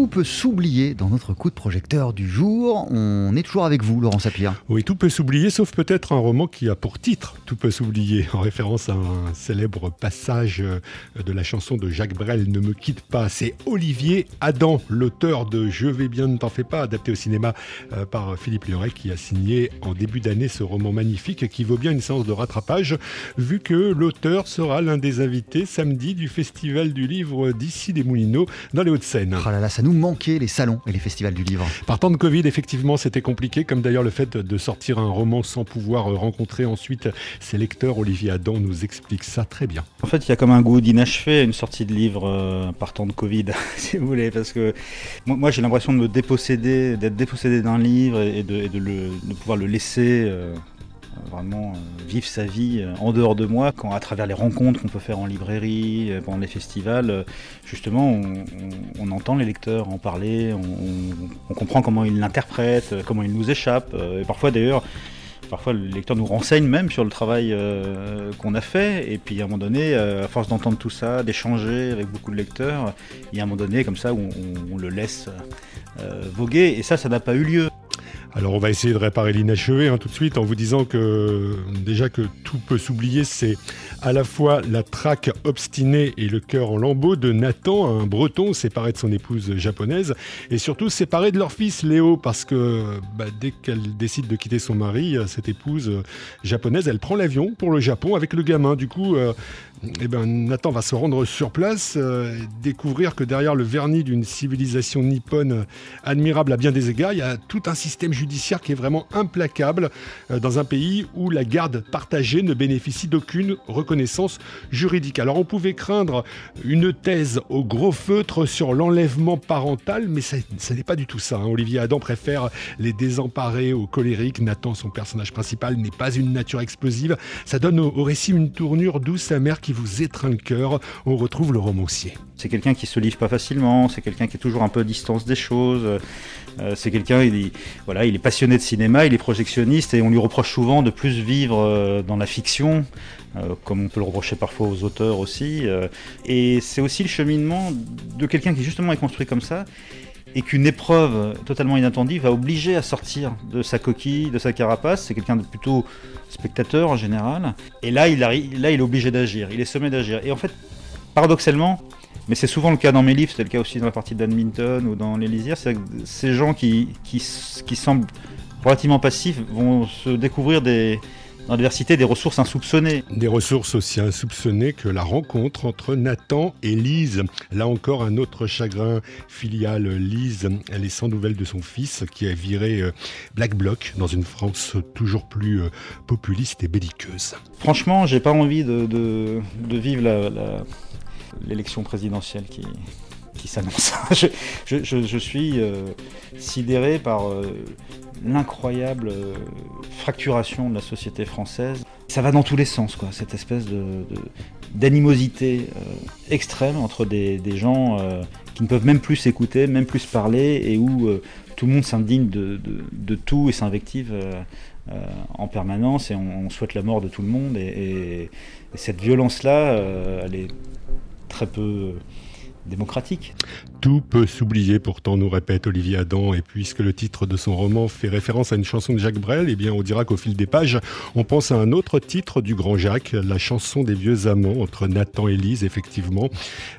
Tout peut s'oublier dans notre coup de projecteur du jour. On est toujours avec vous, Laurent Sapir. Oui, tout peut s'oublier, sauf peut-être un roman qui a pour titre « Tout peut s'oublier », en référence à un célèbre passage de la chanson de Jacques Brel « Ne me quitte pas ». C'est Olivier Adam, l'auteur de « Je vais bien, ne t'en fais pas », adapté au cinéma par Philippe Liorec, qui a signé en début d'année ce roman magnifique qui vaut bien une séance de rattrapage, vu que l'auteur sera l'un des invités samedi du Festival du Livre d'Issy-les-Moulineaux dans les Hauts-de-Seine. Oh là là, ça nous manquait les salons et les festivals du livre. Par temps de Covid, effectivement, c'était compliqué, comme d'ailleurs le fait de sortir un roman sans pouvoir rencontrer ensuite ses lecteurs. Olivier Adam nous explique ça très bien. En fait, il y a comme un goût d'inachevé, une sortie de livre par temps de Covid, si vous voulez, parce que moi j'ai l'impression de me déposséder, d'être dépossédé d'un livre et de pouvoir le laisser vraiment vivre sa vie en dehors de moi, quand à travers les rencontres qu'on peut faire en librairie, pendant les festivals, justement on entend les lecteurs en parler, on comprend comment ils l'interprètent, comment ils nous échappent, et parfois d'ailleurs, le lecteur nous renseigne même sur le travail qu'on a fait, et puis à un moment donné, à force d'entendre tout ça, d'échanger avec beaucoup de lecteurs, il y a un moment donné comme ça où on le laisse voguer, et ça n'a pas eu lieu. Alors on va essayer de réparer l'inachevé tout de suite en vous disant que déjà que tout peut s'oublier, c'est à la fois la traque obstinée et le cœur en lambeaux de Nathan, un breton séparé de son épouse japonaise, et surtout séparé de leur fils Léo, parce que dès qu'elle décide de quitter son mari, cette épouse japonaise, elle prend l'avion pour le Japon avec le gamin. Du coup, Nathan va se rendre sur place, découvrir que derrière le vernis d'une civilisation nippone admirable à bien des égards, il y a tout un système judiciaire qui est vraiment implacable dans un pays où la garde partagée ne bénéficie d'aucune reconnaissance juridique. Alors on pouvait craindre une thèse au gros feutre sur l'enlèvement parental, mais ça n'est pas du tout ça. Olivier Adam préfère les désemparés aux colériques. Nathan, son personnage principal, n'est pas une nature explosive. Ça donne au récit une tournure douce, amère qui vous étreint le cœur. On retrouve le romancier. C'est quelqu'un qui se livre pas facilement, c'est quelqu'un qui est toujours un peu à distance des choses. C'est quelqu'un, il est passionné de cinéma, il est projectionniste, et on lui reproche souvent de plus vivre dans la fiction, comme on peut le reprocher parfois aux auteurs aussi. Et c'est aussi le cheminement de quelqu'un qui justement est construit comme ça, et qu'une épreuve totalement inattendue va obliger à sortir de sa coquille, de sa carapace. C'est quelqu'un de plutôt spectateur en général. Et là, il est obligé d'agir, il est sommé d'agir. Et en fait, paradoxalement, mais c'est souvent le cas dans mes livres, c'est le cas aussi dans la partie d'Adminton ou dans Les Lisières, c'est que ces gens qui semblent relativement passifs vont se découvrir dans l'adversité des ressources insoupçonnées. Des ressources aussi insoupçonnées que la rencontre entre Nathan et Lise. Là encore, un autre chagrin filial. Lise, elle est sans nouvelles de son fils qui a viré Black Bloc dans une France toujours plus populiste et belliqueuse. Franchement, j'ai pas envie de vivre l'élection présidentielle qui s'annonce. Je suis sidéré par l'incroyable fracturation de la société française. Ça va dans tous les sens, quoi, cette espèce d'animosité extrême entre des gens qui ne peuvent même plus s'écouter, même plus se parler, et où tout le monde s'indigne de tout et s'invective en permanence, et on souhaite la mort de tout le monde. Et cette violence-là, elle est très peu démocratique. Tout peut s'oublier, pourtant, nous répète Olivier Adam, et puisque le titre de son roman fait référence à une chanson de Jacques Brel, on dira qu'au fil des pages, on pense à un autre titre du grand Jacques, la chanson des vieux amants entre Nathan et Lise, effectivement.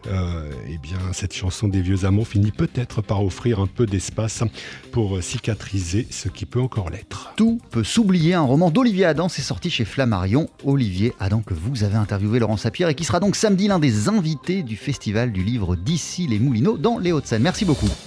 Cette chanson des vieux amants finit peut-être par offrir un peu d'espace pour cicatriser ce qui peut encore l'être. Tout peut s'oublier, un roman d'Olivier Adam, c'est sorti chez Flammarion. Olivier Adam, que vous avez interviewé, Laurent Sapir, et qui sera donc samedi l'un des invités du Festival du Livre d'Issy-les-Moulineaux dans les Hauts-de-Seine. Merci beaucoup.